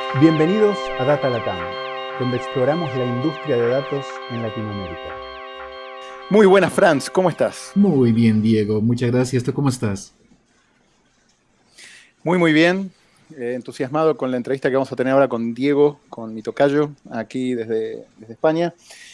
Bienvenidos a Data Latam, donde exploramos la industria de datos en Latinoamérica. Muy buenas, Franz, ¿cómo estás? Muy bien, Diego. Muchas gracias. ¿Tú cómo estás? Muy bien. Entusiasmado con la entrevista que vamos a tener ahora con Diego, con mi tocayo, aquí desde España.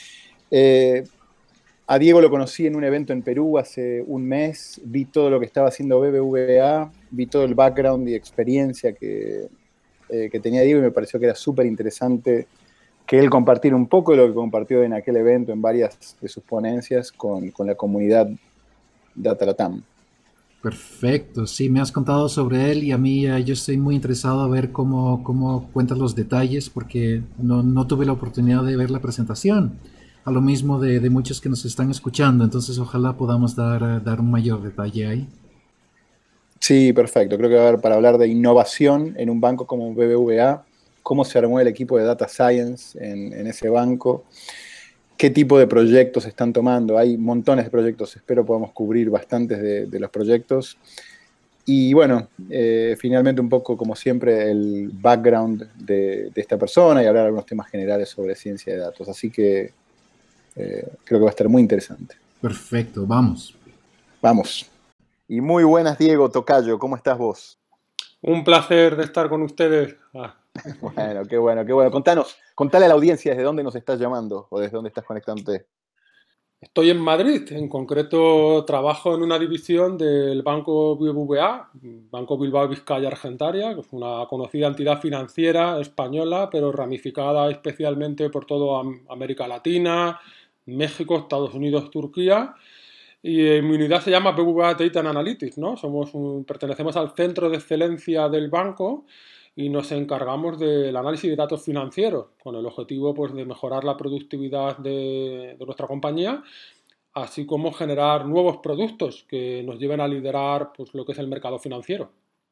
A Diego lo conocí en un evento en Perú hace un mes, vi todo lo que estaba haciendo BBVA, vi todo el background y experiencia que tenía Diego y me pareció que era súper interesante que él compartiera un poco de lo que compartió en aquel evento, en varias de sus ponencias con la comunidad Data Latam. Perfecto. Sí, me has contado sobre él y a mí yo estoy muy interesado a ver cómo cuentas los detalles porque no tuve la oportunidad de ver la presentación. A lo mismo de muchos que nos están escuchando. Entonces, ojalá podamos dar un mayor detalle ahí. Sí, perfecto. Creo que va a haber para hablar de innovación en un banco como BBVA, cómo se armó el equipo de Data Science en ese banco, qué tipo de proyectos están tomando. Hay montones de proyectos, espero podamos cubrir bastantes de los proyectos. Y bueno, finalmente un poco, como siempre, el background de esta persona y hablar algunos temas generales sobre ciencia de datos. Así que creo que va a estar muy interesante. Perfecto, vamos. Vamos. Y muy buenas, Diego Tocayo, ¿cómo estás vos? Un placer de estar con ustedes. Bueno, qué bueno, qué bueno. Contale a la audiencia desde dónde nos estás llamando o desde dónde estás conectándote. Estoy en Madrid, en concreto trabajo en una división del Banco BBVA, Banco Bilbao Vizcaya Argentaria, que es una conocida entidad financiera española, pero ramificada especialmente por toda América Latina, México, Estados Unidos, Turquía. Y mi unidad se llama BBVA Data and Analytics, ¿no? Pertenecemos al centro de excelencia del banco y nos encargamos del análisis de datos financieros con el objetivo pues, de mejorar la productividad de nuestra compañía, así como generar nuevos productos que nos lleven a liderar pues, lo que es el mercado financiero.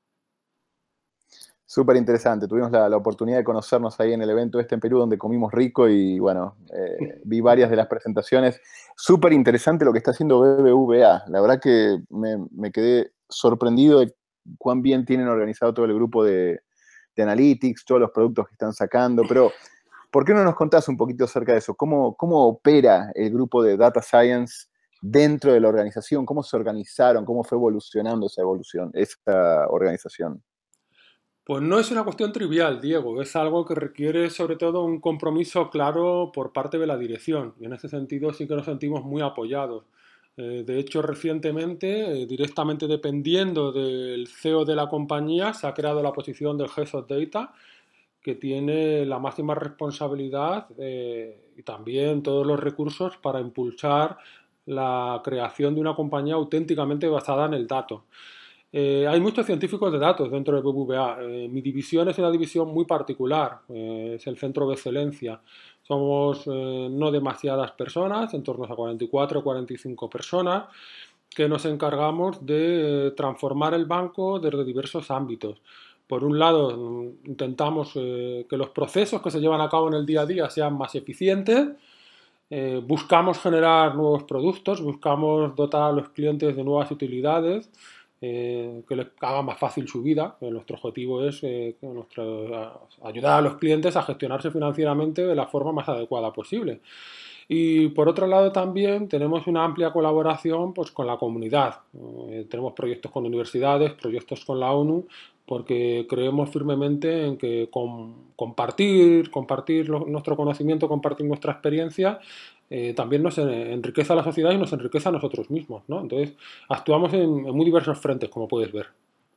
Súper interesante. Tuvimos la oportunidad de conocernos ahí en el evento en Perú, donde comimos rico y bueno, vi varias de las presentaciones. Súper interesante lo que está haciendo BBVA. La verdad que me quedé sorprendido de cuán bien tienen organizado todo el grupo de Analytics, todos los productos que están sacando. Pero, ¿por qué no nos contás un poquito acerca de eso? ¿Cómo opera el grupo de Data Science dentro de la organización? ¿Cómo se organizaron? ¿Cómo fue evolucionando esa organización? Pues no es una cuestión trivial, Diego, es algo que requiere sobre todo un compromiso claro por parte de la dirección y en ese sentido sí que nos sentimos muy apoyados. De hecho, recientemente, directamente dependiendo del CEO de la compañía, se ha creado la posición del Head of Data, que tiene la máxima responsabilidad y también todos los recursos para impulsar la creación de una compañía auténticamente basada en el dato. Hay muchos científicos de datos dentro de BBVA. Mi división es una división muy particular, es el centro de excelencia. Somos no demasiadas personas, en torno a 44 o 45 personas, que nos encargamos de transformar el banco desde diversos ámbitos. Por un lado, intentamos que los procesos que se llevan a cabo en el día a día sean más eficientes. Buscamos generar nuevos productos, buscamos dotar a los clientes de nuevas utilidades que les haga más fácil su vida. Nuestro objetivo es ayudar a los clientes a gestionarse financieramente de la forma más adecuada posible. Y por otro lado también tenemos una amplia colaboración pues, con la comunidad. Tenemos proyectos con universidades, proyectos con la ONU, porque creemos firmemente en que compartir nuestro conocimiento, compartir nuestra experiencia, también nos enriquece a la sociedad y nos enriquece a nosotros mismos, ¿no? Entonces, actuamos en muy diversos frentes, como puedes ver.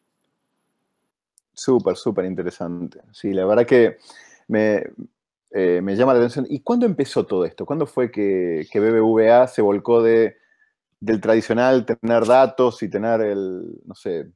Súper, súper interesante. Sí, la verdad que me llama la atención. ¿Y cuándo empezó todo esto? ¿Cuándo fue que BBVA se volcó del tradicional tener datos y tener no sé,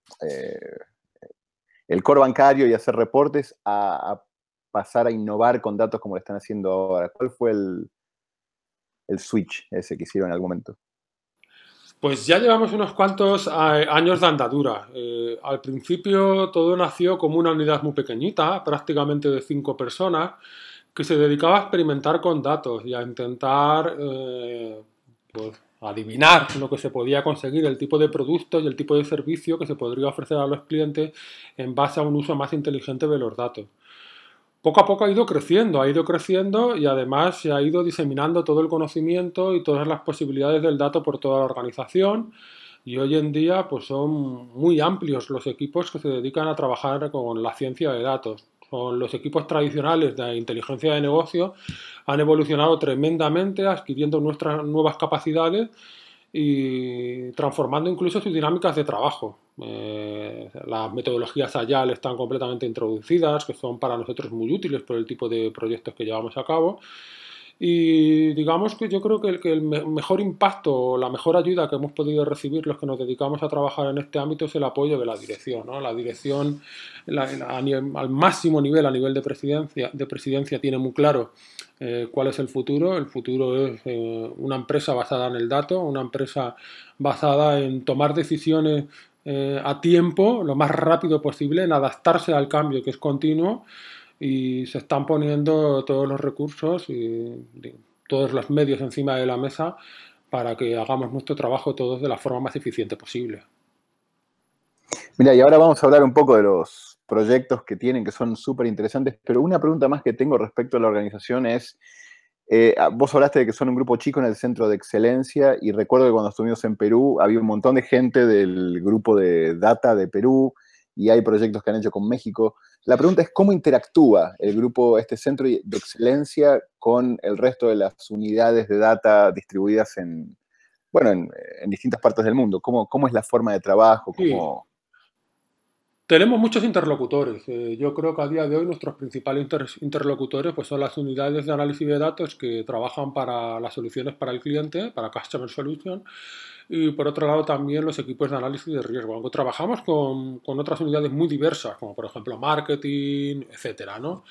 el core bancario y hacer reportes a pasar a innovar con datos como lo están haciendo ahora? ¿Cuál fue el switch ese que hicieron en algún momento? Pues ya llevamos unos cuantos años de andadura. Al principio todo nació como una unidad muy pequeñita, prácticamente de 5 personas, que se dedicaba a experimentar con datos y a intentar pues, adivinar lo que se podía conseguir, el tipo de producto y el tipo de servicio que se podría ofrecer a los clientes en base a un uso más inteligente de los datos. poco a poco ha ido creciendo y además se ha ido diseminando todo el conocimiento y todas las posibilidades del dato por toda la organización. Y hoy en día pues son muy amplios los equipos que se dedican a trabajar con la ciencia de datos. Son los equipos tradicionales de inteligencia de negocio han evolucionado tremendamente, adquiriendo nuestras nuevas capacidades y transformando incluso sus dinámicas de trabajo. Las metodologías Agile están completamente introducidas, que son para nosotros muy útiles por el tipo de proyectos que llevamos a cabo. Y digamos que yo creo que el mejor impacto, la mejor ayuda que hemos podido recibir los que nos dedicamos a trabajar en este ámbito es el apoyo de la dirección, ¿no? La dirección al máximo nivel, a nivel de presidencia tiene muy claro cuál es el futuro. El futuro es una empresa basada en el dato, una empresa basada en tomar decisiones a tiempo, lo más rápido posible, en adaptarse al cambio que es continuo. Y se están poniendo todos los recursos y todos los medios encima de la mesa para que hagamos nuestro trabajo todos de la forma más eficiente posible. Mira, y ahora vamos a hablar un poco de los proyectos que tienen, que son súper interesantes, pero una pregunta más que tengo respecto a la organización es, vos hablaste de que son un grupo chico en el centro de excelencia, y recuerdo que cuando estuvimos en Perú había un montón de gente del grupo de Data de Perú, y hay proyectos que han hecho con México. La pregunta es, ¿cómo interactúa el grupo, este centro de excelencia, con el resto de las unidades de data distribuidas en distintas partes del mundo? ¿Cómo es la forma de trabajo? Sí, tenemos muchos interlocutores. Yo creo que a día de hoy nuestros principales interlocutores pues son las unidades de análisis de datos que trabajan para las soluciones para el cliente, para Customer Solution, y por otro lado también los equipos de análisis de riesgo. Aunque trabajamos con otras unidades muy diversas, como por ejemplo marketing, etcétera, ¿no?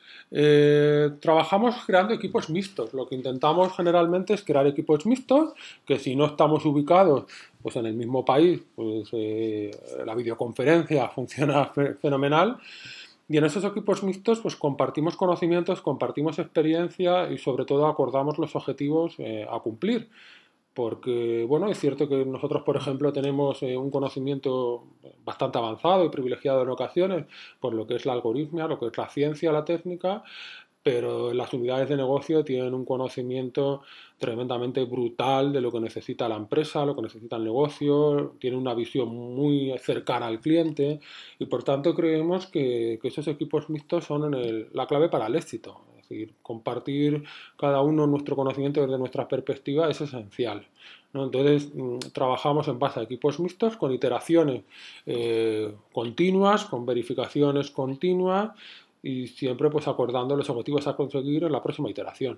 Trabajamos creando equipos mixtos. Lo que intentamos generalmente es crear equipos mixtos que, si no estamos ubicados pues en el mismo país, pues la videoconferencia funciona fenomenal. Y en esos equipos mixtos pues compartimos conocimientos, compartimos experiencia y sobre todo acordamos los objetivos a cumplir. Porque, bueno, es cierto que nosotros, por ejemplo, tenemos un conocimiento bastante avanzado y privilegiado en ocasiones por lo que es la algoritmia, lo que es la ciencia, la técnica, pero las unidades de negocio tienen un conocimiento tremendamente brutal de lo que necesita la empresa, lo que necesita el negocio, tienen una visión muy cercana al cliente y por tanto creemos que esos equipos mixtos son la clave para el éxito. Es decir, compartir cada uno nuestro conocimiento desde nuestra perspectiva es esencial, ¿no? Entonces, trabajamos en base a equipos mixtos con iteraciones continuas, con verificaciones continuas y siempre pues acordando los objetivos a conseguir en la próxima iteración.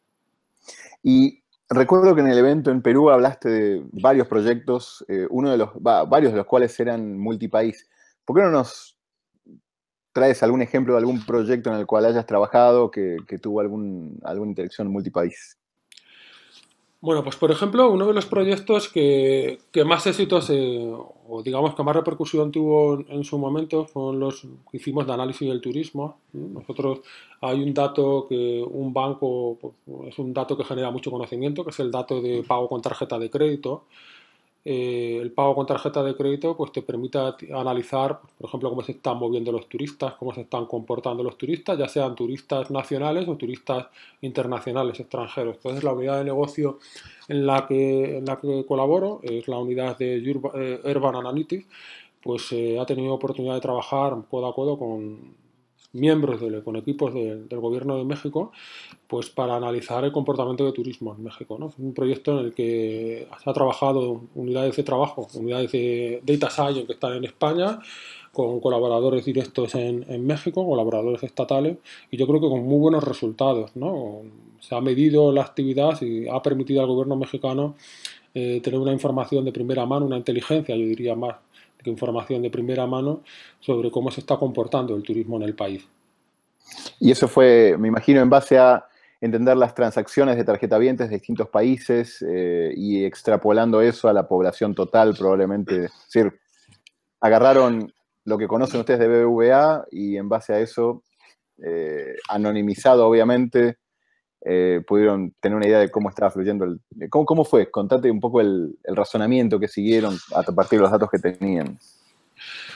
Y recuerdo que en el evento en Perú hablaste de varios proyectos, varios de los cuales eran multipaís. ¿Por qué no nos traes algún ejemplo de algún proyecto en el cual hayas trabajado que tuvo alguna interacción multipaís? Bueno, pues por ejemplo, uno de los proyectos que más éxitos o digamos que más repercusión tuvo en su momento fueron los que hicimos de análisis del turismo. Nosotros hay un dato que un banco, pues, es un dato que genera mucho conocimiento, que es el dato de pago con tarjeta de crédito. El pago con tarjeta de crédito pues te permite analizar, por ejemplo, cómo se están moviendo los turistas, cómo se están comportando los turistas, ya sean turistas nacionales o turistas internacionales, extranjeros. Entonces, la unidad de negocio en la que colaboro es la unidad de Urban Analytics, pues ha tenido oportunidad de trabajar codo a codo con miembros, con equipos del gobierno de México, pues para analizar el comportamiento de turismo en México, ¿no? Es un proyecto en el que se ha trabajado unidades de trabajo, unidades de Data Science que están en España, con colaboradores directos en México, colaboradores estatales, y yo creo que con muy buenos resultados, ¿no? Se ha medido la actividad y ha permitido al gobierno mexicano tener una información de primera mano, una inteligencia, yo diría más que información de primera mano sobre cómo se está comportando el turismo en el país. Y eso fue, me imagino, en base a entender las transacciones de tarjetavientes de distintos países y extrapolando eso a la población total, probablemente. Es decir, agarraron lo que conocen ustedes de BBVA y en base a eso, anonimizado obviamente, pudieron tener una idea de cómo estaba fluyendo ¿Cómo fue? Contate un poco el razonamiento que siguieron a partir de los datos que tenían.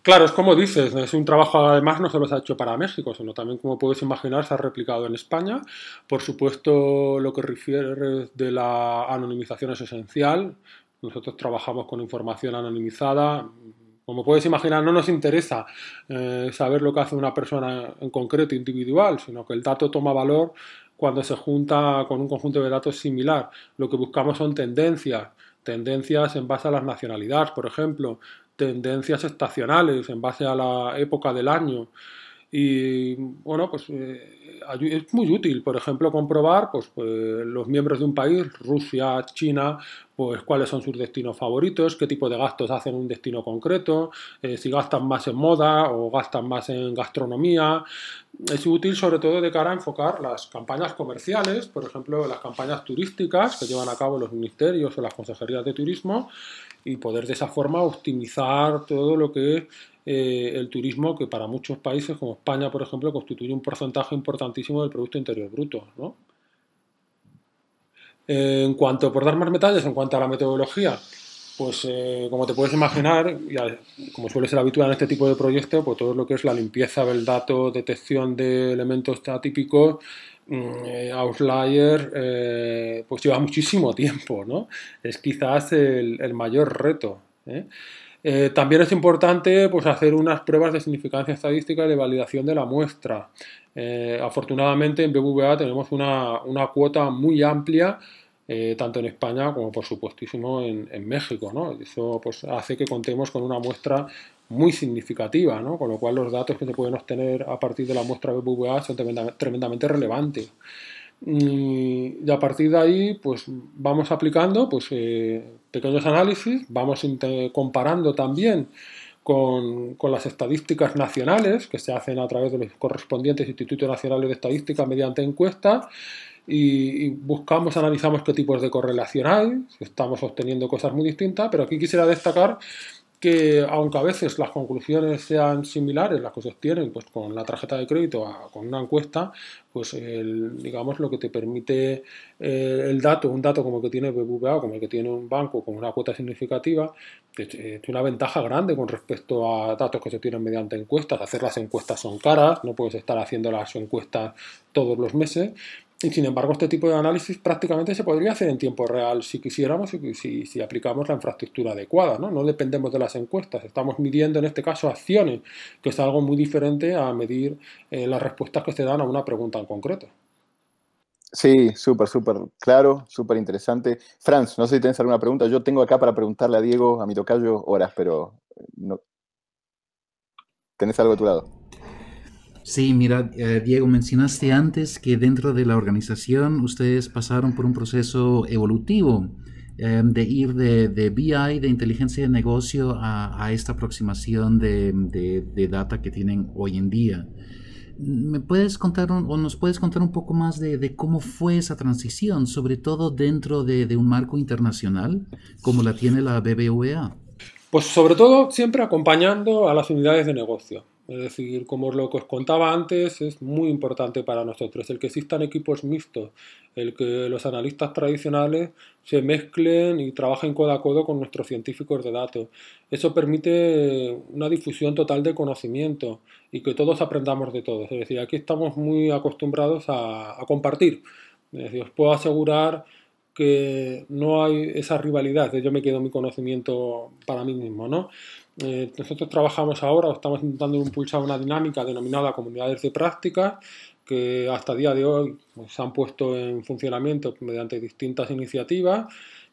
Claro, es como dices, es un trabajo además no solo se ha hecho para México, sino también, como puedes imaginar, se ha replicado en España. Por supuesto, lo que refiere de la anonimización es esencial. Nosotros trabajamos con información anonimizada. Como puedes imaginar, no nos interesa saber lo que hace una persona en concreto, individual, sino que el dato toma valor cuando se junta con un conjunto de datos similar. Lo que buscamos son tendencias en base a las nacionalidades, por ejemplo, tendencias estacionales en base a la época del año. Y bueno, pues es muy útil, por ejemplo, comprobar pues, los miembros de un país, Rusia, China, pues cuáles son sus destinos favoritos, qué tipo de gastos hacen en un destino concreto, si gastan más en moda o gastan más en gastronomía. Es útil sobre todo de cara a enfocar las campañas comerciales, por ejemplo, las campañas turísticas que llevan a cabo los ministerios o las consejerías de turismo, y poder de esa forma optimizar todo lo que es el turismo, que para muchos países como España, por ejemplo, constituye un porcentaje importantísimo del Producto Interior Bruto, ¿no? En cuanto, por dar más detalles, en cuanto a la metodología, pues como te puedes imaginar, como suele ser habitual en este tipo de proyectos, pues todo lo que es la limpieza del dato, detección de elementos atípicos, outlier, pues lleva muchísimo tiempo, ¿no? Es quizás el mayor reto, ¿eh? También es importante pues, hacer unas pruebas de significancia estadística y de validación de la muestra. Afortunadamente en BBVA tenemos una cuota muy amplia, tanto en España como por supuestísimo en México, ¿no? Eso pues, hace que contemos con una muestra muy significativa, ¿no? Con lo cual los datos que se pueden obtener a partir de la muestra BBVA son tremendamente relevantes. Y a partir de ahí pues vamos aplicando pues, pequeños análisis, vamos comparando también con las estadísticas nacionales que se hacen a través de los correspondientes institutos nacionales de estadística mediante encuestas, y buscamos, analizamos qué tipos de correlación hay, si estamos obteniendo cosas muy distintas, pero aquí quisiera destacar que aunque a veces las conclusiones sean similares, las que se obtienen pues, con la tarjeta de crédito con una encuesta, pues digamos lo que te permite un dato como el que tiene BBVA, como el que tiene un banco con una cuota significativa, es una ventaja grande con respecto a datos que se obtienen mediante encuestas. Hacer las encuestas son caras, no puedes estar haciendo las encuestas todos los meses. Y sin embargo, este tipo de análisis prácticamente se podría hacer en tiempo real si quisiéramos y si aplicamos la infraestructura adecuada, ¿no? No dependemos de las encuestas, estamos midiendo en este caso acciones, que es algo muy diferente a medir las respuestas que se dan a una pregunta en concreto. Sí, súper claro, súper interesante. Franz, no sé si tienes alguna pregunta. Yo tengo acá para preguntarle a Diego, a mi tocayo, horas, pero no. ¿Tenés algo de tu lado? Sí, mira, Diego, mencionaste antes que dentro de la organización ustedes pasaron por un proceso evolutivo de ir de BI, de inteligencia de negocio, a esta aproximación de data que tienen hoy en día. ¿Me puedes contar o nos puedes contar un poco más de cómo fue esa transición, sobre todo dentro de un marco internacional como la tiene la BBVA? Pues sobre todo siempre acompañando a las unidades de negocio. Es decir, como lo que os contaba antes, es muy importante para nosotros el que existan equipos mixtos, el que los analistas tradicionales se mezclen y trabajen codo a codo con nuestros científicos de datos. Eso permite una difusión total de conocimiento y que todos aprendamos de todos. Es decir, aquí estamos muy acostumbrados a compartir. Es decir, os puedo asegurar que no hay esa rivalidad de yo me quedo mi conocimiento para mí mismo, ¿no? Nosotros trabajamos ahora, estamos intentando impulsar una dinámica denominada comunidades de práctica, que hasta el día de hoy pues, se han puesto en funcionamiento mediante distintas iniciativas,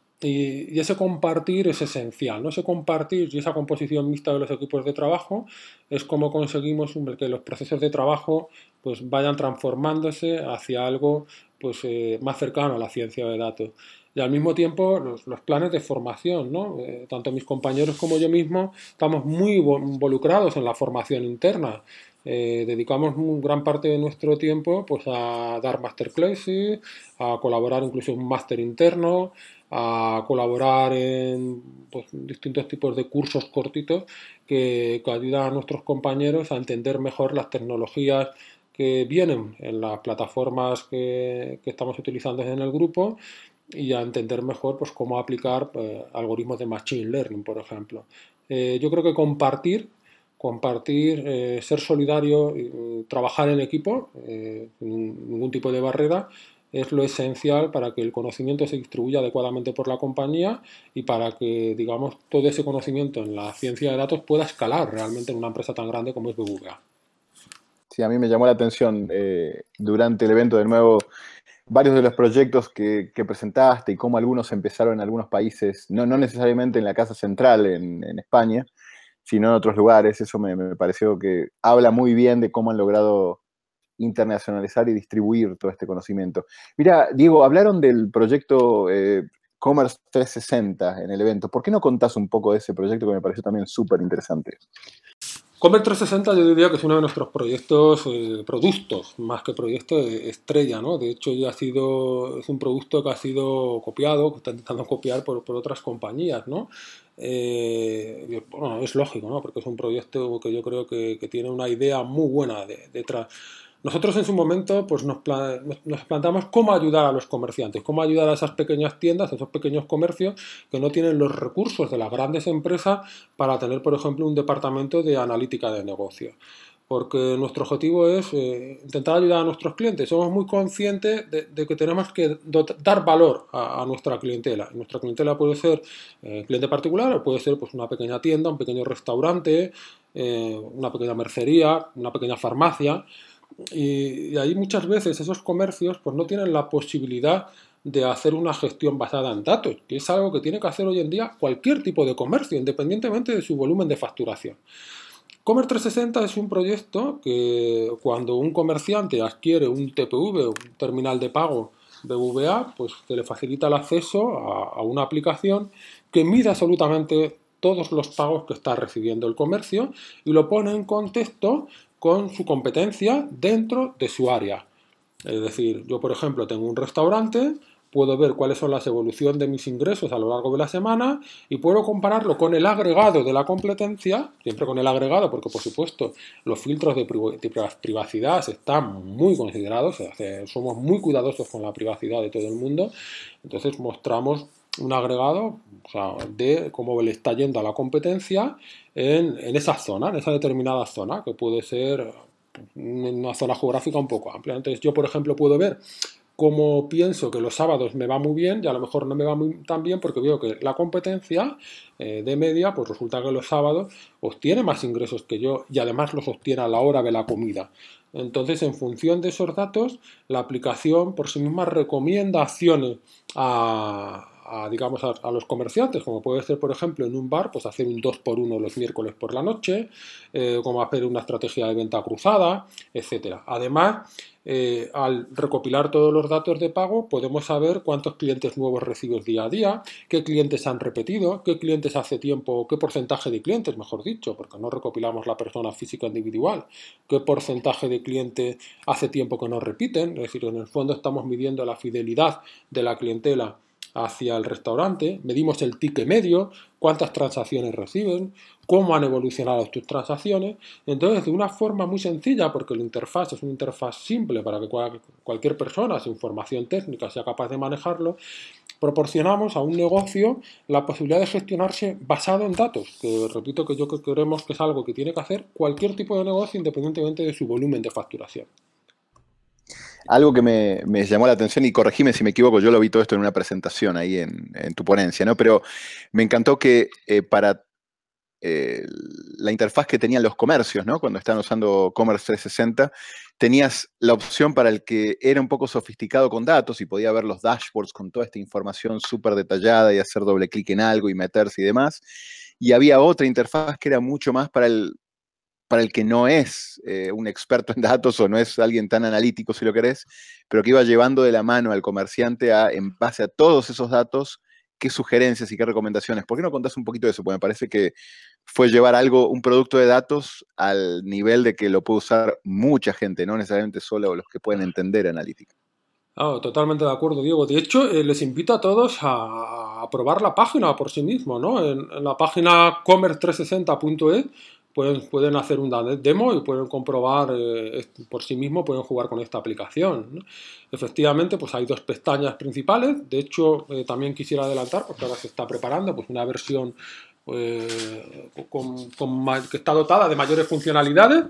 y ese compartir es esencial, ¿no? Ese compartir y esa composición mixta de los equipos de trabajo es como conseguimos que los procesos de trabajo pues, vayan transformándose hacia algo pues, más cercano a la ciencia de datos. Y al mismo tiempo los planes de formación, ¿no? Tanto mis compañeros como yo mismo estamos muy involucrados en la formación interna. Dedicamos gran parte de nuestro tiempo pues, a dar masterclasses, a colaborar incluso en un máster interno, a colaborar en pues, distintos tipos de cursos cortitos que ayudan a nuestros compañeros a entender mejor las tecnologías que vienen en las plataformas que estamos utilizando en el grupo, y a entender mejor pues, cómo aplicar algoritmos de Machine Learning, por ejemplo. Yo creo que compartir compartir, ser solidario, trabajar en equipo, sin ningún tipo de barrera, es lo esencial para que el conocimiento se distribuya adecuadamente por la compañía y para que, digamos, todo ese conocimiento en la ciencia de datos pueda escalar realmente en una empresa tan grande como es BBVA. Sí, a mí me llamó la atención durante el evento de nuevo varios de los proyectos que presentaste y cómo algunos empezaron en algunos países, no necesariamente en la Casa Central en España, sino en otros lugares. Eso me pareció que habla muy bien de cómo han logrado internacionalizar y distribuir todo este conocimiento. Mira, Diego, hablaron del proyecto Commerce 360 en el evento. ¿Por qué no contás un poco de ese proyecto que me pareció también súper interesante? Commerce 360 yo diría que es uno de nuestros proyectos, productos, más que proyecto estrella, ¿no? De hecho, es un producto que ha sido copiado, que está intentando copiar por otras compañías, ¿no? Bueno, es lógico, ¿no? Porque es un proyecto que yo creo que tiene una idea muy buena detrás. Nosotros en su momento pues nos planteamos cómo ayudar a los comerciantes, cómo ayudar a esas pequeñas tiendas, a esos pequeños comercios que no tienen los recursos de las grandes empresas para tener, por ejemplo, un departamento de analítica de negocio. Porque nuestro objetivo es intentar ayudar a nuestros clientes. Somos muy conscientes de que tenemos que dar valor a nuestra clientela. Nuestra clientela puede ser cliente particular o puede ser pues, una pequeña tienda, un pequeño restaurante, una pequeña mercería, una pequeña farmacia. Y ahí muchas veces esos comercios pues no tienen la posibilidad de hacer una gestión basada en datos, que es algo que tiene que hacer hoy en día cualquier tipo de comercio, independientemente de su volumen de facturación. Commerce 360 es un proyecto que cuando un comerciante adquiere un TPV, un terminal de pago de BBVA, pues se le facilita el acceso a una aplicación que mide absolutamente todos los pagos que está recibiendo el comercio y lo pone en contexto con su competencia dentro de su área. Es decir, yo por ejemplo tengo un restaurante, puedo ver cuáles son las evoluciones de mis ingresos a lo largo de la semana y puedo compararlo con el agregado de la competencia, siempre con el agregado porque por supuesto los filtros de privacidad están muy considerados, somos muy cuidadosos con la privacidad de todo el mundo, entonces mostramos un agregado, o sea, de cómo le está yendo a la competencia en esa zona, en esa determinada zona, que puede ser una zona geográfica un poco amplia. Entonces yo, por ejemplo, puedo ver cómo pienso que los sábados me va muy bien y a lo mejor no me va muy tan bien porque veo que la competencia de media, pues resulta que los sábados obtiene más ingresos que yo y además los obtiene a la hora de la comida. Entonces, en función de esos datos, la aplicación por sí misma recomienda acciones digamos, a los comerciantes, como puede ser, por ejemplo, en un bar, pues hacer un 2x1 los miércoles por la noche, como hacer una estrategia de venta cruzada, etcétera. Además, al recopilar todos los datos de pago, podemos saber cuántos clientes nuevos recibes día a día, qué clientes han repetido, qué clientes hace tiempo, qué porcentaje de clientes, mejor dicho, porque no recopilamos la persona física individual, qué porcentaje de clientes hace tiempo que no repiten, es decir, en el fondo estamos midiendo la fidelidad de la clientela hacia el restaurante, medimos el ticket medio, cuántas transacciones reciben, cómo han evolucionado tus transacciones. Entonces, de una forma muy sencilla, porque la interfaz es una interfaz simple para que cualquier persona sin formación técnica sea capaz de manejarlo, proporcionamos a un negocio la posibilidad de gestionarse basado en datos, que repito que yo creemos que es algo que tiene que hacer cualquier tipo de negocio independientemente de su volumen de facturación. Algo que me llamó la atención, y corregime si me equivoco, yo lo vi todo esto en una presentación ahí en tu ponencia, ¿no? Pero me encantó que para la interfaz que tenían los comercios, ¿no? Cuando estaban usando Commerce 360, tenías la opción para el que era un poco sofisticado con datos y podía ver los dashboards con toda esta información súper detallada y hacer doble clic en algo y meterse y demás. Y había otra interfaz que era mucho más para el que no es un experto en datos o no es alguien tan analítico, si lo querés, pero que iba llevando de la mano al comerciante en base a todos esos datos, qué sugerencias y qué recomendaciones. ¿Por qué no contás un poquito de eso? Porque me parece que fue llevar un producto de datos al nivel de que lo puede usar mucha gente, no necesariamente solo los que pueden entender analítica. Totalmente de acuerdo, Diego. De hecho, les invito a todos a probar la página por sí mismos, ¿no? En la página commerce360.es pueden hacer un demo y pueden comprobar por sí mismos, pueden jugar con esta aplicación, ¿no? Efectivamente, pues hay dos pestañas principales. De hecho, también quisiera adelantar, porque ahora se está preparando pues una versión que está dotada de mayores funcionalidades.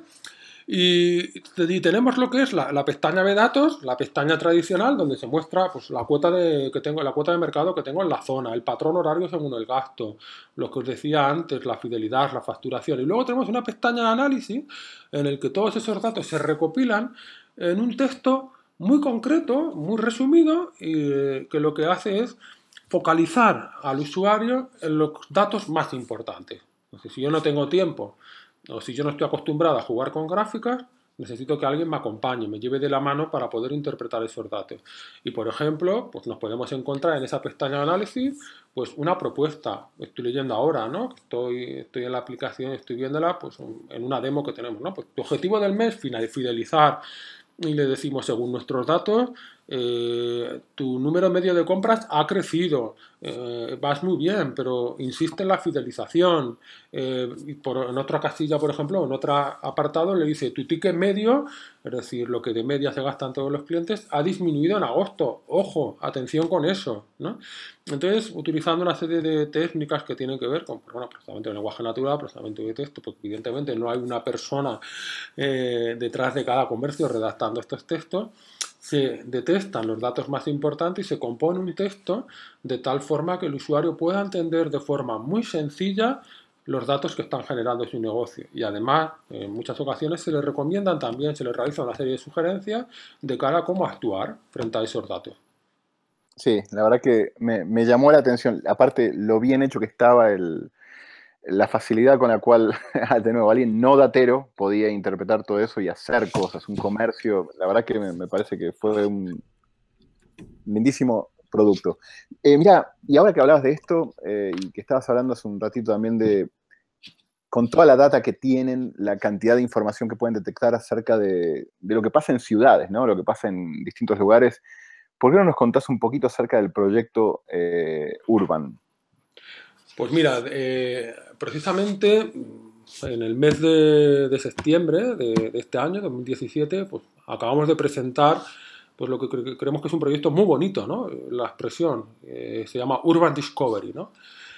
Y tenemos lo que es la pestaña de datos, la pestaña tradicional, donde se muestra pues, la cuota de mercado que tengo en la zona, el patrón horario según el gasto, lo que os decía antes, la fidelidad, la facturación. Y luego tenemos una pestaña de análisis en el que todos esos datos se recopilan en un texto muy concreto, muy resumido, y que lo que hace es focalizar al usuario en los datos más importantes. Entonces, si yo no tengo tiempo o si yo no estoy acostumbrado a jugar con gráficas, necesito que alguien me acompañe, me lleve de la mano para poder interpretar esos datos. Y por ejemplo, pues nos podemos encontrar en esa pestaña de análisis pues una propuesta. Estoy leyendo ahora, ¿no? Estoy en la aplicación, estoy viéndola pues en una demo que tenemos, ¿no? Pues tu objetivo del mes, fidelizar. Y le decimos, según nuestros datos, tu número medio de compras ha crecido, vas muy bien, pero insiste en la fidelización. En otra casilla, por ejemplo, en otro apartado le dice, tu ticket medio, es decir, lo que de media se gastan todos los clientes, ha disminuido en agosto. Ojo, atención con eso, ¿no? Entonces, utilizando una serie de técnicas que tienen que ver con, bueno, procesamiento de lenguaje natural, procesamiento de texto, porque evidentemente no hay una persona detrás de cada comercio redactando estos textos, se detectan los datos más importantes y se compone un texto de tal forma que el usuario pueda entender de forma muy sencilla los datos que están generando su negocio. Y además, en muchas ocasiones se le recomiendan también, se le realiza una serie de sugerencias de cara a cómo actuar frente a esos datos. Sí, la verdad que me llamó la atención, aparte lo bien hecho que estaba la facilidad con la cual, de nuevo, alguien no datero podía interpretar todo eso y hacer cosas, un comercio. La verdad que me parece que fue un lindísimo producto. Mira, y ahora que hablabas de esto, y que estabas hablando hace un ratito también con toda la data que tienen, la cantidad de información que pueden detectar acerca de lo que pasa en ciudades, ¿no? Lo que pasa en distintos lugares. ¿Por qué no nos contás un poquito acerca del proyecto Urban? Pues mira, precisamente en el mes de septiembre de este año, 2017, pues acabamos de presentar pues lo que creemos que es un proyecto muy bonito, ¿no? La expresión se llama Urban Discovery, ¿no?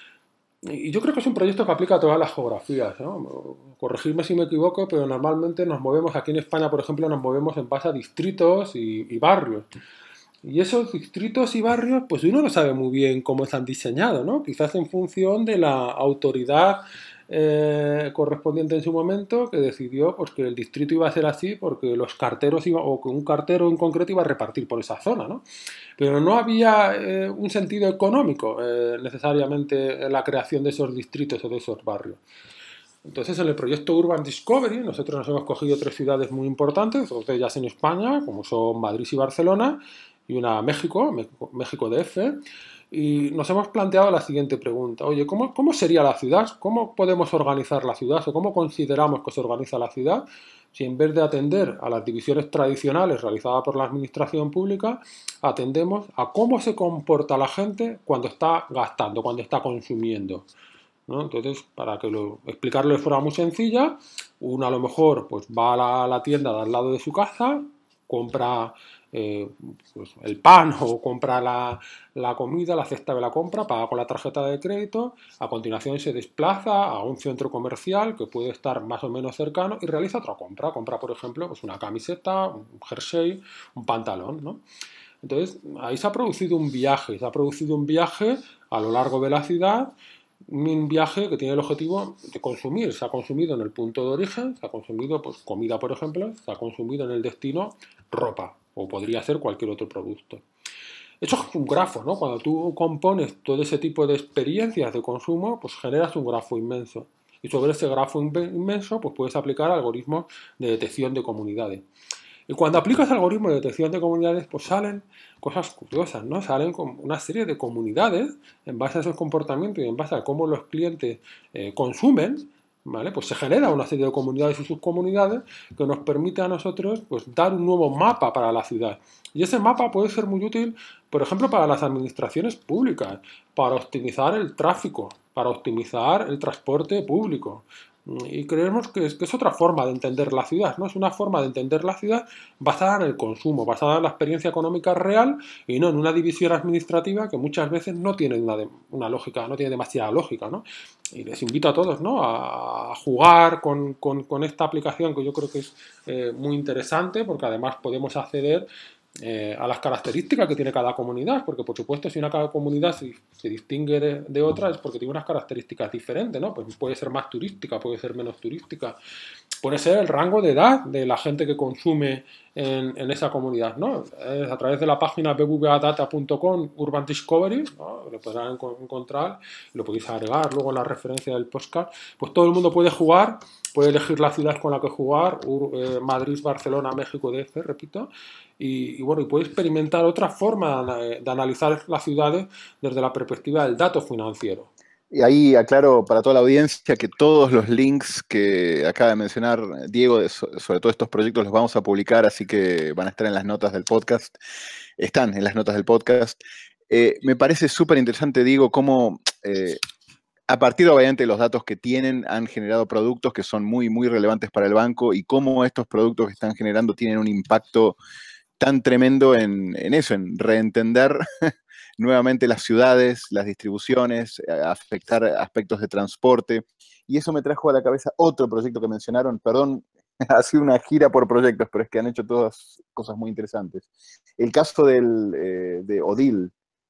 Y yo creo que es un proyecto que aplica a todas las geografías, ¿no? Corregidme si me equivoco, pero normalmente nos movemos, aquí en España, por ejemplo, nos movemos en base a distritos y barrios. Y esos distritos y barrios, pues uno no sabe muy bien cómo están diseñados, ¿no? Quizás en función de la autoridad correspondiente en su momento que decidió pues, que el distrito iba a ser así porque los carteros o que un cartero en concreto iba a repartir por esa zona, ¿no? Pero no había un sentido económico necesariamente en la creación de esos distritos o de esos barrios. Entonces, en el proyecto Urban Discovery, nosotros nos hemos cogido 3 ciudades muy importantes, 2 de ellas en España, como son Madrid y Barcelona, y una México DF, y nos hemos planteado la siguiente pregunta. Oye, ¿cómo sería la ciudad? ¿Cómo podemos organizar la ciudad? ¿O cómo consideramos que se organiza la ciudad? Si en vez de atender a las divisiones tradicionales realizadas por la administración pública, atendemos a cómo se comporta la gente cuando está gastando, cuando está consumiendo, ¿no? Entonces, para explicarlo de forma muy sencilla, uno a lo mejor pues, va a la tienda de al lado de su casa, compra pues, el pan o compra la comida, la cesta de la compra, paga con la tarjeta de crédito, a continuación se desplaza a un centro comercial que puede estar más o menos cercano y realiza otra compra. Compra, por ejemplo, pues una camiseta, un jersey, un pantalón, ¿no? Entonces, ahí se ha producido un viaje a lo largo de la ciudad, un viaje que tiene el objetivo de consumir. Se ha consumido en el punto de origen, se ha consumido pues, comida, por ejemplo, se ha consumido en el destino ropa, o podría ser cualquier otro producto. Eso es un grafo, ¿no? Cuando tú compones todo ese tipo de experiencias de consumo, pues generas un grafo inmenso. Y sobre ese grafo inmenso, pues puedes aplicar algoritmos de detección de comunidades. Y cuando aplicas algoritmos de detección de comunidades, pues salen cosas curiosas, ¿no? Salen con una serie de comunidades en base a esos comportamientos y en base a cómo los clientes consumen, ¿vale? Pues se genera una serie de comunidades y subcomunidades que nos permite a nosotros pues, dar un nuevo mapa para la ciudad. Y ese mapa puede ser muy útil, por ejemplo, para las administraciones públicas, para optimizar el tráfico, para optimizar el transporte público, Y creemos que es otra forma de entender la ciudad, ¿no? Es una forma de entender la ciudad basada en el consumo, basada en la experiencia económica real y no en una división administrativa que muchas veces no tiene una lógica, no tiene demasiada lógica, ¿no? Y les invito a todos, ¿no? A jugar con esta aplicación que yo creo que es muy interesante porque además podemos acceder a las características que tiene cada comunidad, porque por supuesto si una cada comunidad se distingue de otra es porque tiene unas características diferentes, ¿no? Pues puede ser más turística, puede ser menos turística, puede ser el rango de edad de la gente que consume en esa comunidad, ¿no? A través de la página bbvadata.com Urban Discovery, ¿no? Lo podrán encontrar, lo podéis agregar luego en la referencia del podcast, pues todo el mundo puede jugar, puede elegir la ciudad con la que jugar, Madrid, Barcelona, México, DF, repito, y bueno, y puede experimentar otra forma de analizar las ciudades desde la perspectiva del dato financiero. Y ahí aclaro para toda la audiencia que todos los links que acaba de mencionar Diego, sobre todo estos proyectos, los vamos a publicar, así que van a estar en las notas del podcast. Están en las notas del podcast. Me parece súper interesante, Diego, cómo a partir obviamente de los datos que tienen han generado productos que son muy, muy relevantes para el banco y cómo estos productos que están generando tienen un impacto tan tremendo en eso, en reentender nuevamente las ciudades, las distribuciones, afectar aspectos de transporte. Y eso me trajo a la cabeza otro proyecto que mencionaron, perdón, ha sido una gira por proyectos, pero es que han hecho todas cosas muy interesantes. El caso de Odil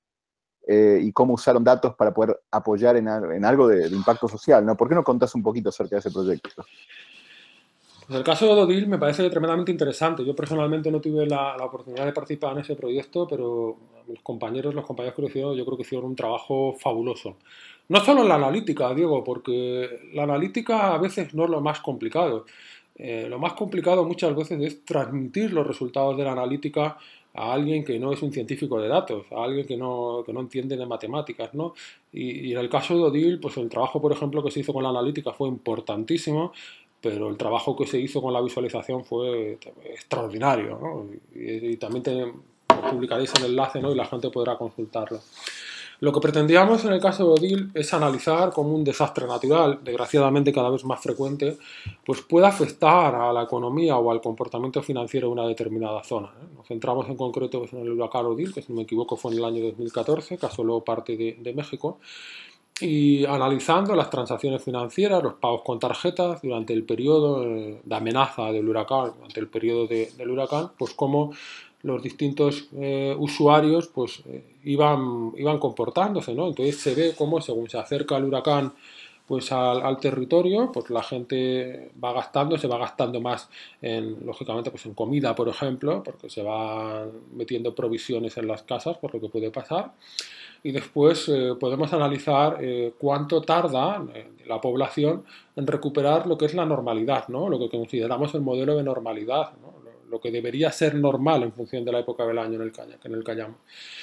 y cómo usaron datos para poder apoyar en algo de impacto social, ¿no? ¿Por qué no contás un poquito acerca de ese proyecto? Pues el caso de Ododil me parece tremendamente interesante. Yo personalmente no tuve la oportunidad de participar en ese proyecto, pero los compañeros que lo hicieron, yo creo que hicieron un trabajo fabuloso. No solo en la analítica, Diego, porque la analítica a veces no es lo más complicado. Lo más complicado muchas veces es transmitir los resultados de la analítica a alguien que no es un científico de datos, a alguien que no entiende de matemáticas, ¿no? Y en el caso de Odil, pues el trabajo, por ejemplo, que se hizo con la analítica fue importantísimo, pero el trabajo que se hizo con la visualización fue extraordinario, ¿no? Y también publicaréis el enlace, ¿no? Y la gente podrá consultarlo. Lo que pretendíamos en el caso de Odil es analizar cómo un desastre natural, desgraciadamente cada vez más frecuente, pues puede afectar a la economía o al comportamiento financiero de una determinada zona, ¿eh? Nos centramos en concreto pues, en el huracán Odil, que si no me equivoco fue en el año 2014, que asoló parte de México, y analizando las transacciones financieras, los pagos con tarjetas durante el periodo de amenaza del huracán, durante el periodo del huracán, pues cómo los distintos usuarios pues iban comportándose, ¿no? Entonces se ve cómo según se acerca el huracán pues al territorio, pues la gente se va gastando más lógicamente pues en comida, por ejemplo, porque se van metiendo provisiones en las casas, por lo que puede pasar. Y después podemos analizar cuánto tarda la población en recuperar lo que es la normalidad, ¿no? Lo que consideramos el modelo de normalidad, ¿no? Lo que debería ser normal en función de la época del año en el que hayamos.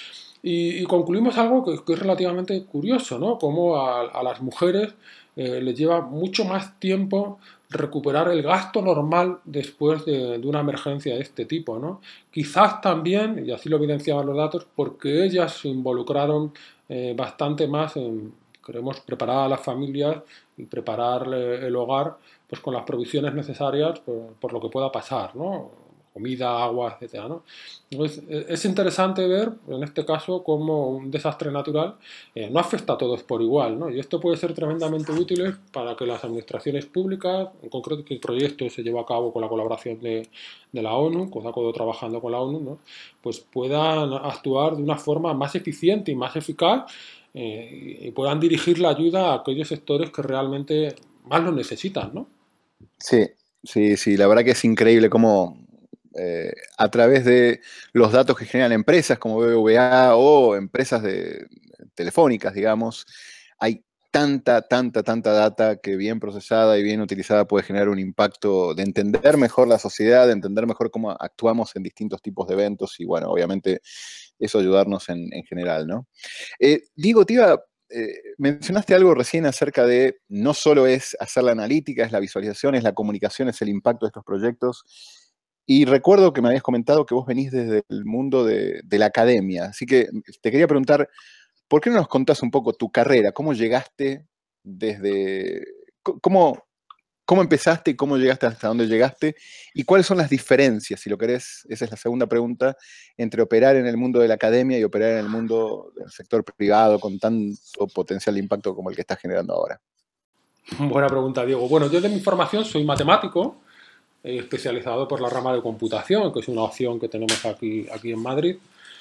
Y concluimos algo que es relativamente curioso, ¿no? Como a las mujeres les lleva mucho más tiempo recuperar el gasto normal después de una emergencia de este tipo, ¿no? Quizás también, y así lo evidenciaban los datos, porque ellas se involucraron bastante más en, queremos preparar a las familias y preparar el hogar pues con las provisiones necesarias por lo que pueda pasar, ¿no? Comida, agua, etcétera, ¿no? Entonces, es interesante ver, en este caso, cómo un desastre natural no afecta a todos por igual, ¿no? Y esto puede ser tremendamente útil para que las administraciones públicas, en concreto que el proyecto se lleva a cabo con la colaboración de la ONU, Codacodo trabajando con la ONU, ¿no? Pues puedan actuar de una forma más eficiente y más eficaz y puedan dirigir la ayuda a aquellos sectores que realmente más lo necesitan, ¿no? Sí, sí, sí, la verdad que es increíble cómo a través de los datos que generan empresas como BBVA o empresas telefónicas, digamos, hay tanta data que bien procesada y bien utilizada puede generar un impacto de entender mejor la sociedad, de entender mejor cómo actuamos en distintos tipos de eventos y, bueno, obviamente eso ayudarnos en general, ¿no? Diego, mencionaste algo recién acerca de no solo es hacer la analítica, es la visualización, es la comunicación, es el impacto de estos proyectos. Y recuerdo que me habías comentado que vos venís desde el mundo de la academia. Así que te quería preguntar, ¿por qué no nos contás un poco tu carrera? ¿Cómo llegaste desde... ¿Cómo ¿Cómo empezaste y cómo llegaste hasta donde llegaste? ¿Y cuáles son las diferencias, si lo querés? Esa es la segunda pregunta, entre operar en el mundo de la academia y operar en el mundo del sector privado con tanto potencial de impacto como el que estás generando ahora. Buena pregunta, Diego. Bueno, yo de mi formación soy matemático, especializado por la rama de computación, que es una opción que tenemos aquí en Madrid.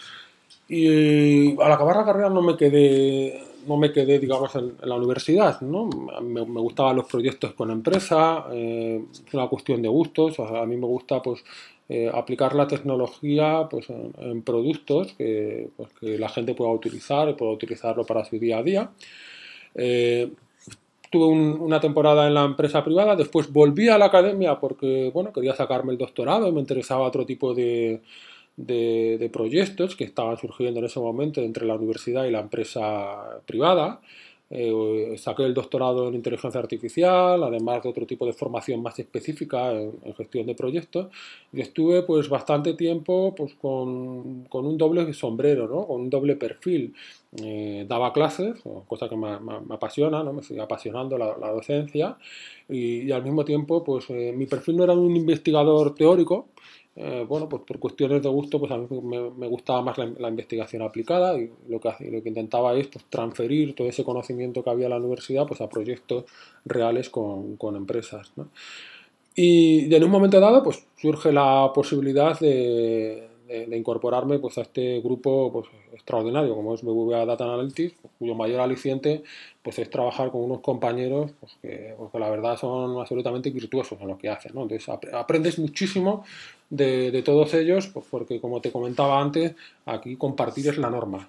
Y al acabar la carrera no me quedé, digamos, en la universidad, ¿no? Me gustaban los proyectos con empresa, es una cuestión de gustos. O sea, a mí me gusta, pues, aplicar la tecnología, pues, en productos pues, que la gente pueda utilizar y pueda utilizarlo para su día a día. Eh, Tuve una temporada en la empresa privada, después volví a la academia porque, bueno, quería sacarme el doctorado y me interesaba otro tipo de proyectos que estaban surgiendo en ese momento entre la universidad y la empresa privada. Saqué el doctorado en inteligencia artificial, además de otro tipo de formación más específica en gestión de proyectos, y estuve pues bastante tiempo pues con un doble sombrero, ¿no? Con un doble perfil. Daba clases, cosa que me apasiona, ¿no? Me sigue apasionando la docencia, y al mismo tiempo pues mi perfil no era un investigador teórico. Bueno, pues por cuestiones de gusto, pues a mí me gustaba más la investigación aplicada, y lo que intentaba es pues, transferir todo ese conocimiento que había en la universidad pues, a proyectos reales con empresas, ¿no? Y en un momento dado pues, surge la posibilidad de incorporarme pues, a este grupo pues, extraordinario como es BBVA Data Analytics, cuyo mayor aliciente pues, es trabajar con unos compañeros pues, que la verdad son absolutamente virtuosos en lo que hacen, ¿no? Entonces aprendes muchísimo de todos ellos, pues, porque como te comentaba antes, aquí compartir es la norma.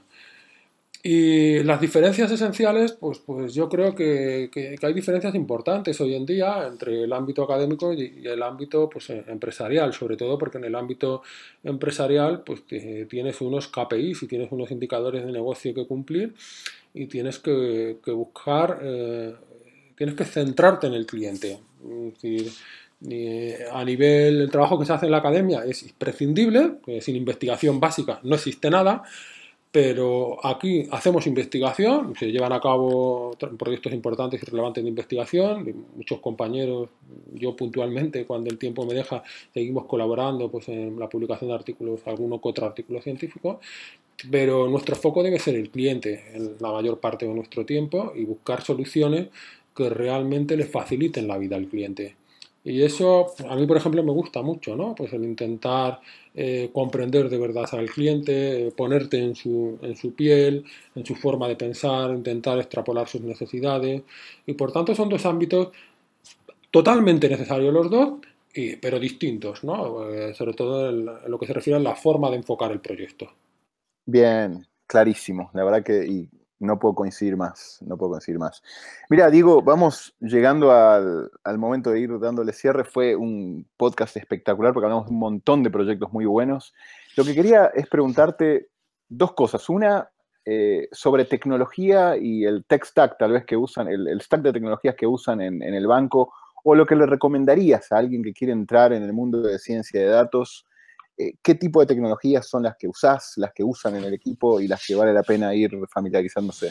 Y las diferencias esenciales, pues yo creo que hay diferencias importantes hoy en día entre el ámbito académico y el ámbito pues, empresarial, sobre todo porque en el ámbito empresarial pues, tienes unos KPIs y tienes unos indicadores de negocio que cumplir, y tienes que buscar, tienes que centrarte en el cliente. Es decir, a nivel del trabajo que se hace en la academia es imprescindible, sin investigación básica no existe nada. Pero aquí hacemos investigación, se llevan a cabo proyectos importantes y relevantes de investigación. Muchos compañeros, yo puntualmente, cuando el tiempo me deja, seguimos colaborando pues, en la publicación de artículos, alguno que otro artículo científico. Pero nuestro foco debe ser el cliente en la mayor parte de nuestro tiempo, y buscar soluciones que realmente le faciliten la vida al cliente. Y eso a mí, por ejemplo, me gusta mucho, ¿no? Pues el intentar comprender de verdad al cliente, ponerte en su piel, en su forma de pensar, intentar extrapolar sus necesidades. Y por tanto son dos ámbitos totalmente necesarios los dos, pero distintos, ¿no? Sobre todo en lo que se refiere a la forma de enfocar el proyecto. Bien, clarísimo. La verdad que y no puedo coincidir más, no puedo coincidir más. Mira, Diego, vamos llegando al momento de ir dándole cierre. Fue un podcast espectacular porque hablamos de un montón de proyectos muy buenos. Lo que quería es preguntarte dos cosas. Una, sobre tecnología y el tech stack, tal vez que usan, el stack de tecnologías que usan en el banco, o lo que le recomendarías a alguien que quiere entrar en el mundo de ciencia de datos. ¿Qué tipo de tecnologías son las que usás, las que usan en el equipo y las que vale la pena ir familiarizándose?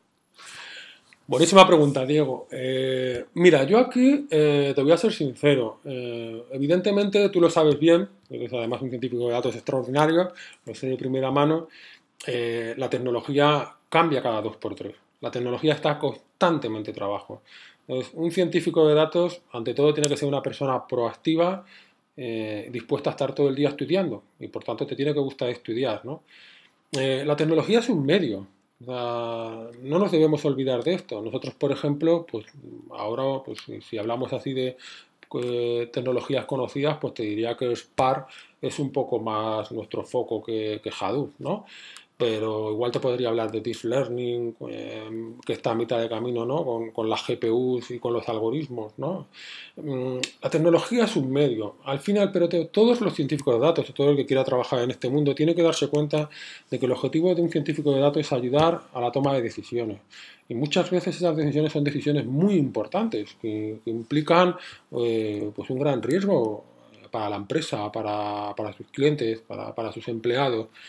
Buenísima pregunta, Diego. Mira, yo aquí te voy a ser sincero. Evidentemente, tú lo sabes bien, eres además un científico de datos extraordinario, lo sé de primera mano. La tecnología cambia cada 2 por 3. La tecnología está constantemente en trabajo. Entonces, un científico de datos, ante todo, tiene que ser una persona proactiva, dispuesta a estar todo el día estudiando, y por tanto te tiene que gustar estudiar, ¿no? La tecnología es un medio. O sea, no nos debemos olvidar de esto. Nosotros, por ejemplo, pues ahora, pues si hablamos así de tecnologías conocidas, pues te diría que Spark es un poco más nuestro foco que Hadoop, ¿no? Pero igual te podría hablar de Deep Learning, que está a mitad de camino, ¿no? Con las GPUs y con los algoritmos, ¿no? La tecnología es un medio. Al final, pero todos los científicos de datos, todo el que quiera trabajar en este mundo, tiene que darse cuenta de que el objetivo de un científico de datos es ayudar a la toma de decisiones. Y muchas veces esas decisiones son decisiones muy importantes, que implican pues un gran riesgo para la empresa, para sus clientes, para sus empleados.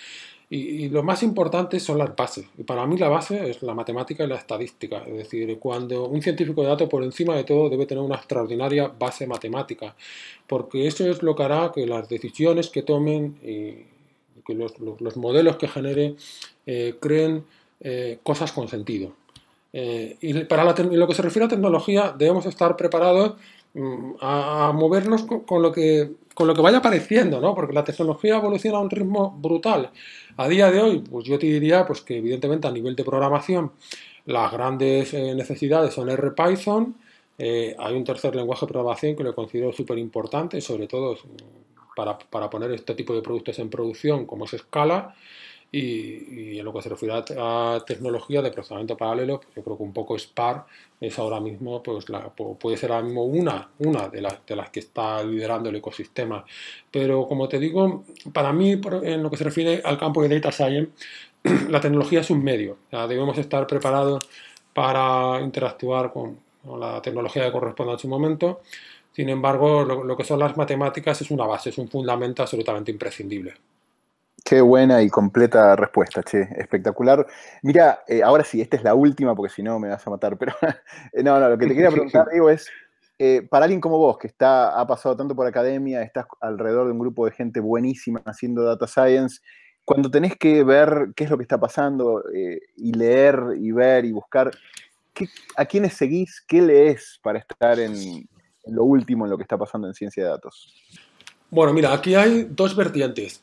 Y lo más importante son las bases. Y para mí la base es la matemática y la estadística. Es decir, cuando un científico de datos por encima de todo debe tener una extraordinaria base matemática, porque eso es lo que hará que las decisiones que tomen y que los modelos que genere creen cosas con sentido. Y para lo que se refiere a tecnología debemos estar preparados a movernos con lo que vaya apareciendo, ¿no? Porque la tecnología evoluciona a un ritmo brutal. A día de hoy, pues yo te diría pues que evidentemente a nivel de programación las grandes necesidades son R, Python. Hay un tercer lenguaje de programación que lo considero súper importante, sobre todo para poner este tipo de productos en producción, como es Scala. Y en lo que se refiere a tecnología de procesamiento paralelo, pues yo creo que un poco Spark es ahora mismo, pues puede ser ahora mismo una de las que está liderando el ecosistema. Pero como te digo, para mí, en lo que se refiere al campo de Data Science, la tecnología es un medio. O sea, debemos estar preparados para interactuar con la tecnología que corresponda en su momento. Sin embargo, lo que son las matemáticas es una base, es un fundamento absolutamente imprescindible. Qué buena y completa respuesta, che, espectacular. Mira, ahora sí, esta es la última porque si no me vas a matar, pero no, lo que te quería preguntar, Diego, es, para alguien como vos, que ha pasado tanto por academia, estás alrededor de un grupo de gente buenísima haciendo data science, cuando tenés que ver qué es lo que está pasando y leer y ver y buscar, ¿a quiénes seguís? ¿Qué lees para estar en lo último, en lo que está pasando en ciencia de datos? Bueno, mira, aquí hay dos vertientes.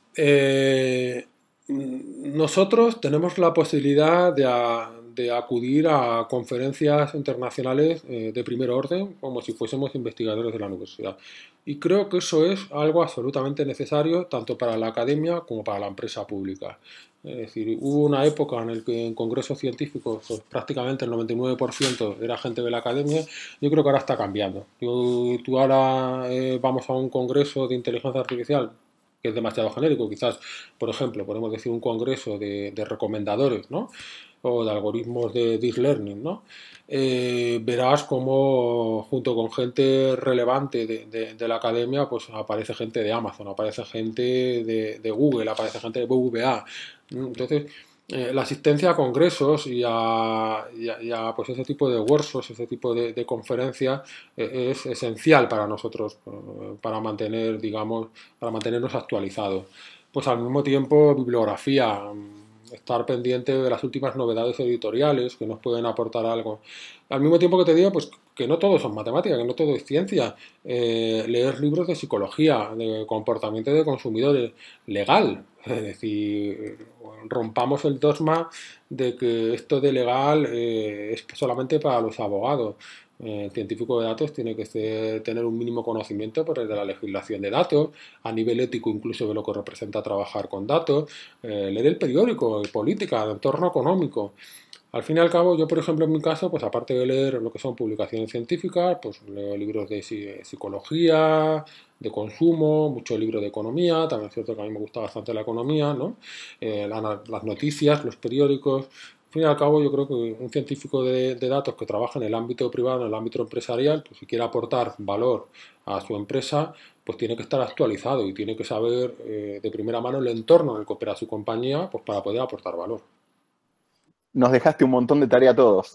Nosotros tenemos la posibilidad de acudir a conferencias internacionales de primer orden, como si fuésemos investigadores de la universidad. Y creo que eso es algo absolutamente necesario tanto para la academia como para la empresa pública. Es decir, hubo una época en la que en congresos científicos pues, prácticamente el 99% era gente de la academia. Yo creo que ahora está cambiando. Tú ahora vamos a un congreso de inteligencia artificial que es demasiado genérico. Quizás, por ejemplo, podemos decir un congreso de recomendadores, ¿no? O de algoritmos de deep learning, ¿no? Verás como junto con gente relevante de la academia, pues aparece gente de Amazon, aparece gente de Google, aparece gente de BVA. Entonces, la asistencia a congresos y a, pues ese tipo de workshops, ese tipo de conferencias es esencial para nosotros, para mantener, digamos, para mantenernos actualizados. Pues al mismo tiempo, bibliografía, estar pendiente de las últimas novedades editoriales que nos pueden aportar algo. Al mismo tiempo que te digo, pues que no todo son matemáticas, que no todo es ciencia. Leer libros de psicología, de comportamiento de consumidores, legal. Es decir, rompamos el dogma de que esto de legal es solamente para los abogados. El científico de datos tiene que tener un mínimo conocimiento de la legislación de datos, a nivel ético incluso de lo que representa trabajar con datos, leer el periódico, política, de entorno económico. Al fin y al cabo, yo por ejemplo en mi caso, pues aparte de leer lo que son publicaciones científicas, pues leo libros de psicología, de consumo, muchos libros de economía, también es cierto que a mí me gusta bastante la economía, ¿no? Las noticias, los periódicos. Al fin y al cabo, yo creo que un científico de datos que trabaja en el ámbito privado, en el ámbito empresarial, pues si quiere aportar valor a su empresa, pues tiene que estar actualizado y tiene que saber de primera mano el entorno en el que opera su compañía, pues para poder aportar valor. Nos dejaste un montón de tarea a todos.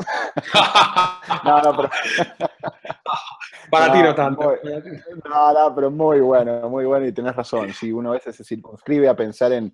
No, pero... Para ti no tanto. Pero muy bueno y tenés razón. Si uno a veces se circunscribe a pensar en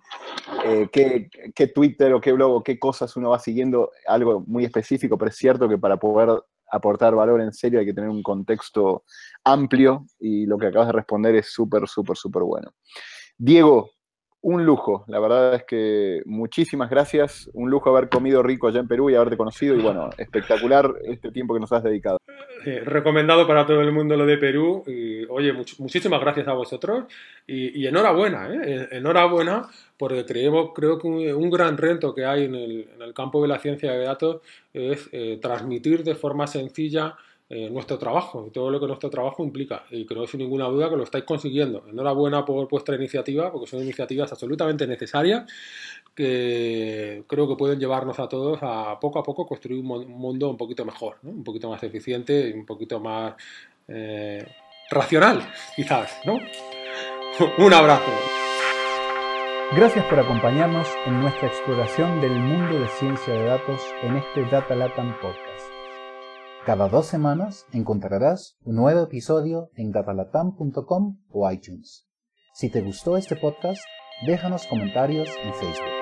qué Twitter o qué blog o qué cosas uno va siguiendo, algo muy específico, pero es cierto que para poder aportar valor en serio hay que tener un contexto amplio y lo que acabas de responder es súper bueno. Diego, un lujo, la verdad es que muchísimas gracias, un lujo haber comido rico allá en Perú y haberte conocido y bueno, espectacular este tiempo que nos has dedicado. Recomendado para todo el mundo lo de Perú y oye, muchísimas gracias a vosotros y enhorabuena, enhorabuena porque creo que un gran reto que hay en el campo de la ciencia de datos es transmitir de forma sencilla nuestro trabajo y todo lo que nuestro trabajo implica y creo sin ninguna duda que lo estáis consiguiendo. Enhorabuena por vuestra iniciativa porque son iniciativas absolutamente necesarias que creo que pueden llevarnos a todos a poco construir un mundo un poquito mejor, ¿no? Un poquito más eficiente y un poquito más racional, quizás, ¿no? Un abrazo. Gracias por acompañarnos en nuestra exploración del mundo de ciencia de datos en este Data Latam Podcast. Cada 2 semanas encontrarás un nuevo episodio en datalatam.com o iTunes. Si te gustó este podcast, déjanos comentarios en Facebook.